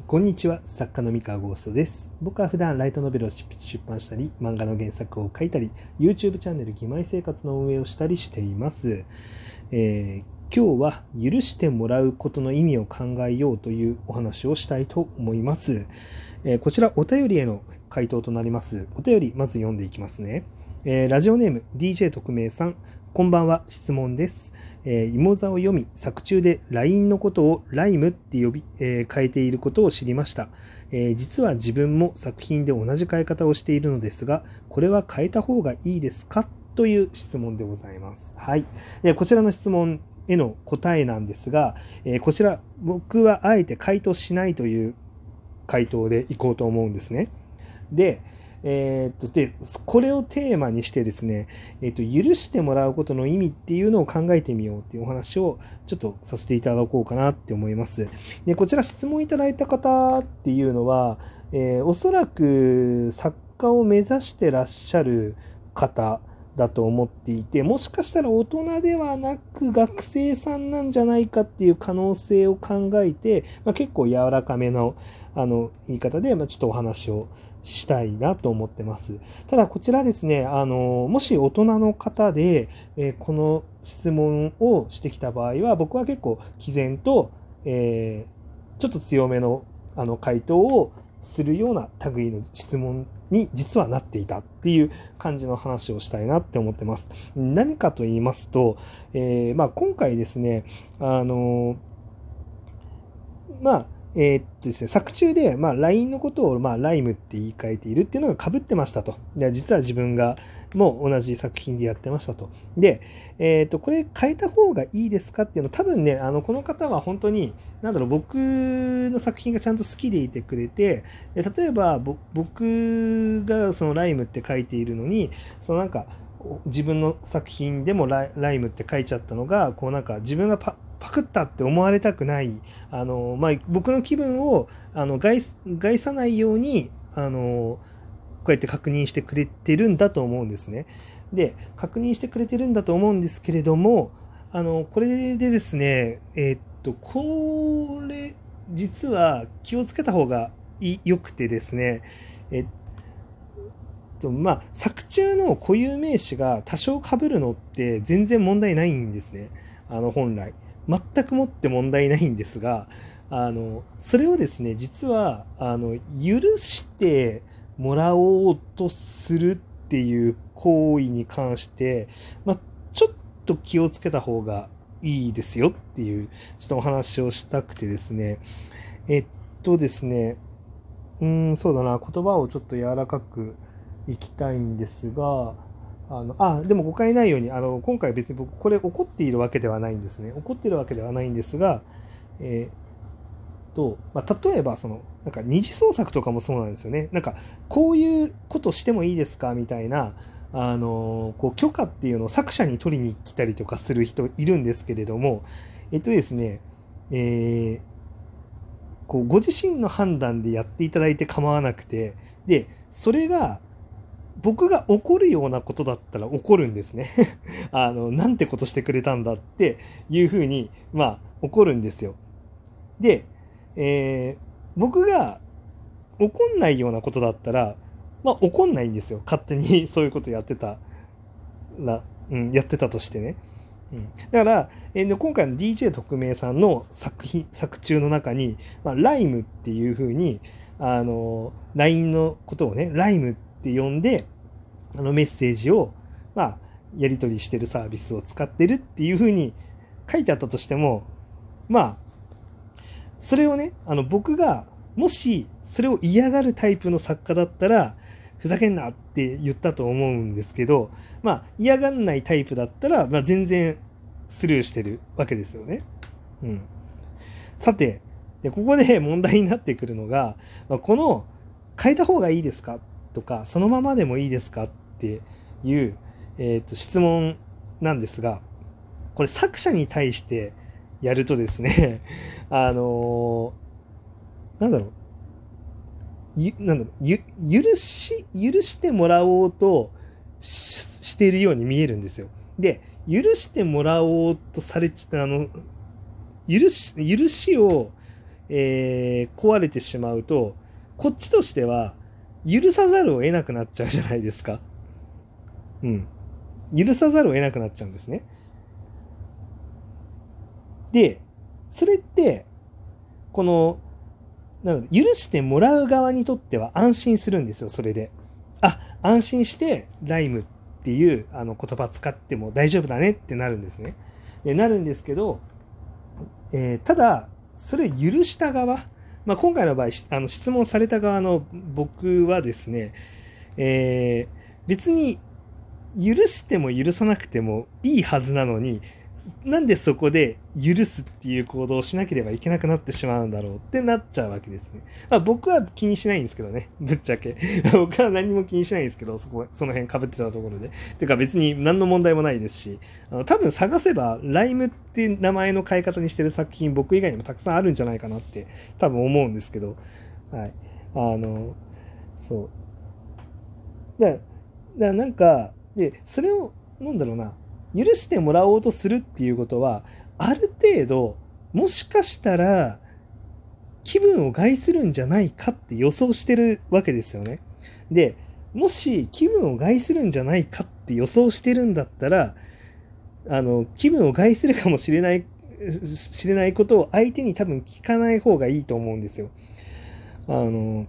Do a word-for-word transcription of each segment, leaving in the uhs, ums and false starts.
こんにちは、作家の三河ゴーストです。僕は普段ライトノベルを執筆出版したり、漫画の原作を書いたり、YouTube チャンネル義妹生活の運営をしたりしています。えー今日は許してもらうことの意味を考えようというお話をしたいと思います。えーこちらお便りへの回答となります。お便りまず読んでいきますね。えーラジオネーム ディージェー 特命さん、こんばんは。質問です。えー、芋座を読み、作中で ライン のことをライムって呼び、えー変えていることを知りました。えー実は自分も作品で同じ変え方をしているのですが、これは変えた方がいいですかという質問でございます。はい。でこちらの質問への答えなんですが、えーこちら僕はあえて回答しないという回答でいこうと思うんですね。で、えーっと、で、これをテーマにしてですね、えーっと、許してもらうことの意味っていうのを考えてみようっていうお話をちょっとさせていただこうかなって思います。で、こちら質問いただいた方っていうのは、えーおそらく作家を目指してらっしゃる方だと思っていて、もしかしたら大人ではなく学生さんなんじゃないかっていう可能性を考えて、まあ、結構柔らかめのあの言い方で、まあ、ちょっとお話をしたいなと思ってます。ただこちらですね、あの、もし大人の方で、えーこの質問をしてきた場合は、僕は結構毅然と、えーちょっと強めのあの回答をするような類の質問に実はなっていたっていう感じの話をしたいなって思ってます。何かと言いますと、えーまあ、今回ですね、あのまあ、えーっとですね、作中で、まあ、ライン のことを、まあ、ライムって言い換えているっていうのが被ってましたと。で、実は自分がもう同じ作品でやってましたと。で、えーっと、これ変えた方がいいですかっていうの、多分ね、あの、この方は本当に、なんだろう、僕の作品がちゃんと好きでいてくれて、で例えば、ぼ僕がそのライムって書いているのに、そのなんか、自分の作品でもライライムって書いちゃったのが、こうなんか自分がパパクったって思われたくない、あの、まあ、僕の気分をあの害害さないように、あの、こうやって確認してくれてるんだと思うんですね。で、確認してくれてるんだと思うんですけれども、あの、これでですね、えーっと、これ、実は気をつけた方がい良くてですね、えっと、まあ、作中の固有名詞が多少被るのって全然問題ないんですね。あの、本来。全くもって問題ないんですが、あの、それをですね、実は、あの、許してもらおうとするっていう行為に関して、まあ、ちょっと気をつけた方がいいですよっていう、ちょっとお話をしたくてですね。えっとですね、うーん、そうだな、言葉をちょっと柔らかくいきたいんですが、あの、あ、でも誤解ないように、あの、今回別に僕、これ怒っているわけではないんですね。怒っているわけではないんですが、えーと、まあ、例えば、その、なんか二次創作とかもそうなんですよね。なんか、こういうことしてもいいですかみたいな、あの、こう、許可っていうのを作者に取りに来たりとかする人いるんですけれども、えっとですね、えーこうご自身の判断でやっていただいて構わなくて、で、それが僕が怒るようなことだったら怒るんですね。あの、なんてことしてくれたんだっていうふうに、まあ、怒るんですよ。で、えー僕が怒んないようなことだったら、まあ、怒んないんですよ。勝手にそういうことやってたら、うん、やってたとしてね。うん、だから、えー今回の ディージェー 特命さんの作品、作中の中に、まあ、ライムっていう風に、あの、ライン のことをね、ライムって呼んで、あのメッセージを、まあ、やり取りしてるサービスを使ってるっていう風に書いてあったとしても、まあ、それをね、あの、僕が、もし、それを嫌がるタイプの作家だったら、ふざけんなって言ったと思うんですけど、まあ、嫌がんないタイプだったら、まあ、全然スルーしてるわけですよね。うん。さて、でここで問題になってくるのが、まあ、この、変えた方がいいですかとか、そのままでもいいですかっていう、えーと、質問なんですが、これ作者に対してやるとですね、あのーなんだろう、ゆなんだろうゆ許し許してもらおうとししているように見えるんですよ。で、許してもらおうとされちあの許し許しをえー壊れてしまうと、こっちとしては許さざるを得なくなっちゃうじゃないですか。うん。許さざるを得なくなっちゃうんですね。で、それって、この、なので許してもらう側にとっては安心するんですよ、それで。あ、安心してライムっていうあの言葉使っても大丈夫だねってなるんですね。で、なるんですけど、えーただ、それを許した側、まあ、今回の場合、あの質問された側の僕はですね、えー別に許しても許さなくてもいいはずなのに、なんでそこで許すっていう行動をしなければいけなくなってしまうんだろうってなっちゃうわけですね。まあ、僕は気にしないんですけどね、ぶっちゃけ。僕は何も気にしないんですけど、そこ、その辺被ってたところで。てか別に何の問題もないですし、あの多分探せば、ライムって名前の変え方にしてる作品、僕以外にもたくさんあるんじゃないかなって多分思うんですけど、はい。あの、そう。だだなんか、で、それを、なんだろうな、許してもらおうとするっていうことは、ある程度、もしかしたら、気分を害するんじゃないかって予想してるわけですよね。で、もし気分を害するんじゃないかって予想してるんだったら、あの、気分を害するかもしれない、知れないことを相手に多分聞かない方がいいと思うんですよ。あの、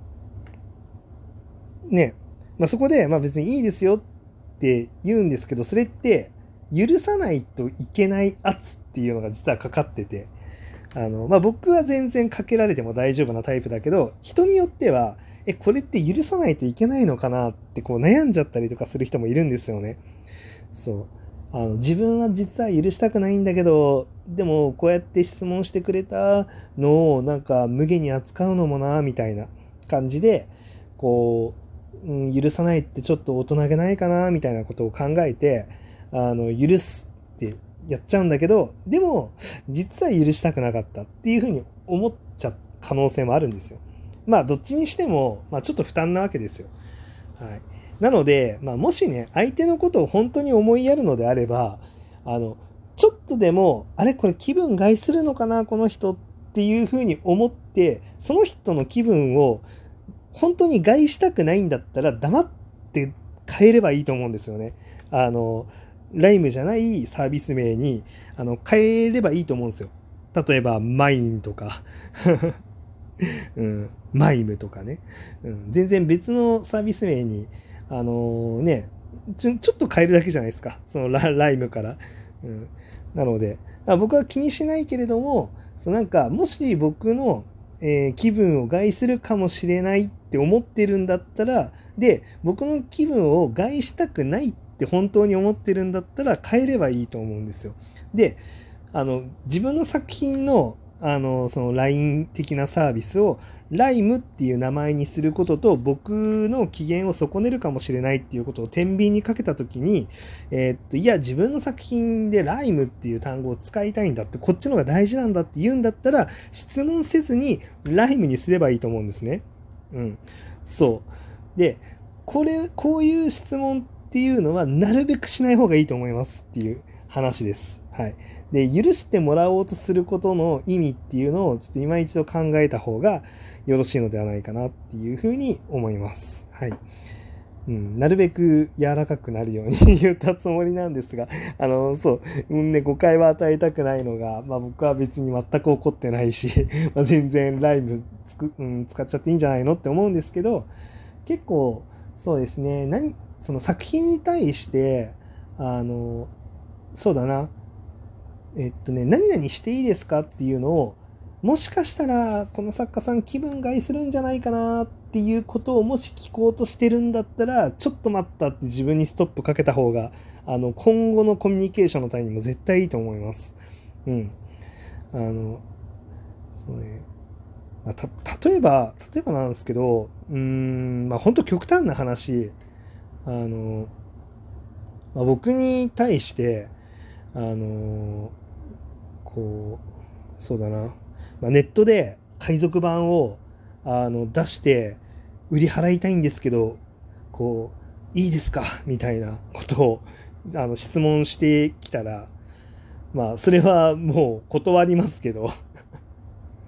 ね、まあ、そこで、まあ別にいいですよって言うんですけど、それって許さないといけない圧っていうのが実はかかってて、あの、まあ僕は全然かけられても大丈夫なタイプだけど、人によっては、え、これって許さないといけないのかなってこう悩んじゃったりとかする人もいるんですよね。そう。あの、自分は実は許したくないんだけど、でもこうやって質問してくれたのをなんか無限に扱うのもな、みたいな感じで、こう、うん、許さないってちょっと大人げないかな、みたいなことを考えて、あの、許すってやっちゃうんだけど、でも、実は許したくなかったっていうふうに思っちゃう可能性もあるんですよ。まあ、どっちにしても、まあ、ちょっと負担なわけですよ。はい。なので、まあ、もしね、相手のことを本当に思いやるのであれば、あの、ちょっとでも、あれこれ気分害するのかな、この人っていうふうに思って、その人の気分を本当に害したくないんだったら黙って変えればいいと思うんですよね。あの、ライムじゃないサービス名にあの変えればいいと思うんですよ。例えば、マインとか、うん、マイムとかね、うん、全然別のサービス名に、あのーねちょ、ちょっと変えるだけじゃないですか。そのラライムから。うん、なので、あ僕は気にしないけれども、そうなんか、もし僕の、えー気分を害するかもしれないって思ってるんだったら、で、僕の気分を害したくないって本当に思ってるんだったら変えればいいと思うんですよ。で、あの自分の作品のあのその ライン 的なサービスをライムっていう名前にすることと僕の機嫌を損ねるかもしれないっていうことを天秤にかけたときに、えーっといや自分の作品でライムっていう単語を使いたいんだってこっちの方が大事なんだって言うんだったら質問せずにライムにすればいいと思うんですね。うん、そうでこれこういう質問っていうのはなるべくしない方がいいと思いますっていう話です。はい。で、許してもらおうとすることの意味っていうのをちょっと今一度考えた方がよろしいのではないかなっていうふうに思います。はい。うん、なるべく柔らかくなるように言ったつもりなんですが、あの、そう、うんね、誤解は与えたくないのが、まあ僕は別に全く怒ってないし、まあ、全然ライブつく、うん、使っちゃっていいんじゃないのって思うんですけど、結構、そうですね、何、その作品に対して、あの、そうだな、えっとね、何々していいですかっていうのを、もしかしたら、この作家さん気分害するんじゃないかなっていうことをもし聞こうとしてるんだったら、ちょっと待ったって自分にストップかけた方が、あの、今後のコミュニケーションのためにも絶対いいと思います。うん。あの、そうね。まあ、た、例えば、例えばなんですけど、うーん、まあ本当極端な話、あの、まあ、僕に対して、あの、こう、そうだな、まあ、ネットで海賊版をあの出して売り払いたいんですけど、こう、いいですかみたいなことをあの質問してきたら、まあ、それはもう断りますけど、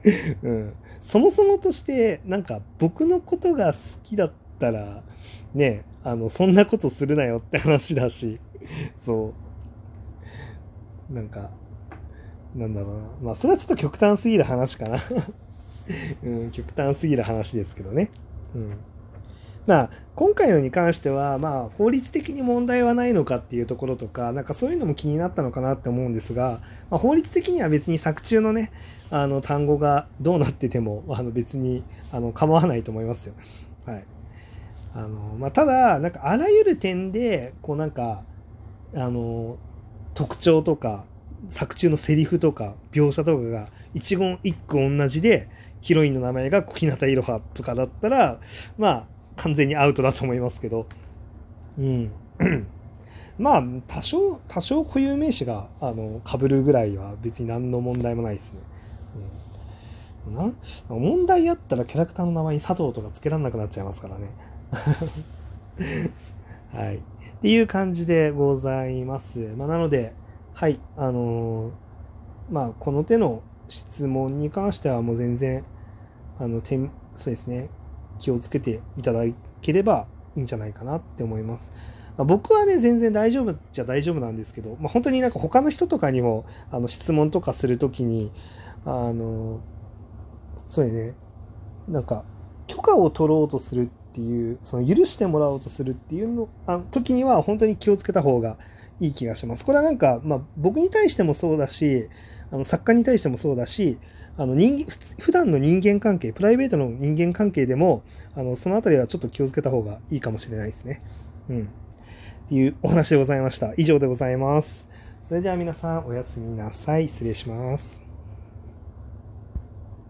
うん、そもそもとしてなんか僕のことが好きだったらね、あのそんなことするなよって話だし、そうなんかなんだろうな、まあそれはちょっと極端すぎる話かな、うん、極端すぎる話ですけどね。うん、まあ今回のに関しては、まあ法律的に問題はないのかっていうところとか、なんかそういうのも気になったのかなって思うんですが、まあ、法律的には別に作中のね、あの単語がどうなってても、あの別にあの構わないと思いますよ。はい。あのまあ、ただ、なんかあらゆる点で、こうなんか、あの特徴とか、作中のセリフとか、描写とかが一言一句同じで、ヒロインの名前が小日向いろはとかだったら、まあ、完全にアウトだと思いますけど、うん。まあ、多少、多少固有名詞が、あの、被るぐらいは別に何の問題もないですね。うん、な問題あったらキャラクターの名前に佐藤とか付けられなくなっちゃいますからね。はい。っていう感じでございます。まあ、なので、はい、あのーまあ、この手の質問に関してはもう全然、あの、てんそうですね、気をつけていただければいいんじゃないかなって思います。まあ、僕はね、全然大丈夫じゃ大丈夫なんですけど、まあ、本当になんか他の人とかにも、あの、質問とかするときに、あの、そうですね、なんか許可を取ろうとするっていう、その許してもらおうとするっていうのあの時には本当に気をつけた方がいい気がします。これはなんか、まあ、僕に対してもそうだし、あの作家に対してもそうだし、あの人間普段の人間関係、プライベートの人間関係でも、あのそのあたりはちょっと気をつけた方がいいかもしれないですね。うん。っていうお話でございました。以上でございます。それでは皆さんおやすみなさい。失礼します。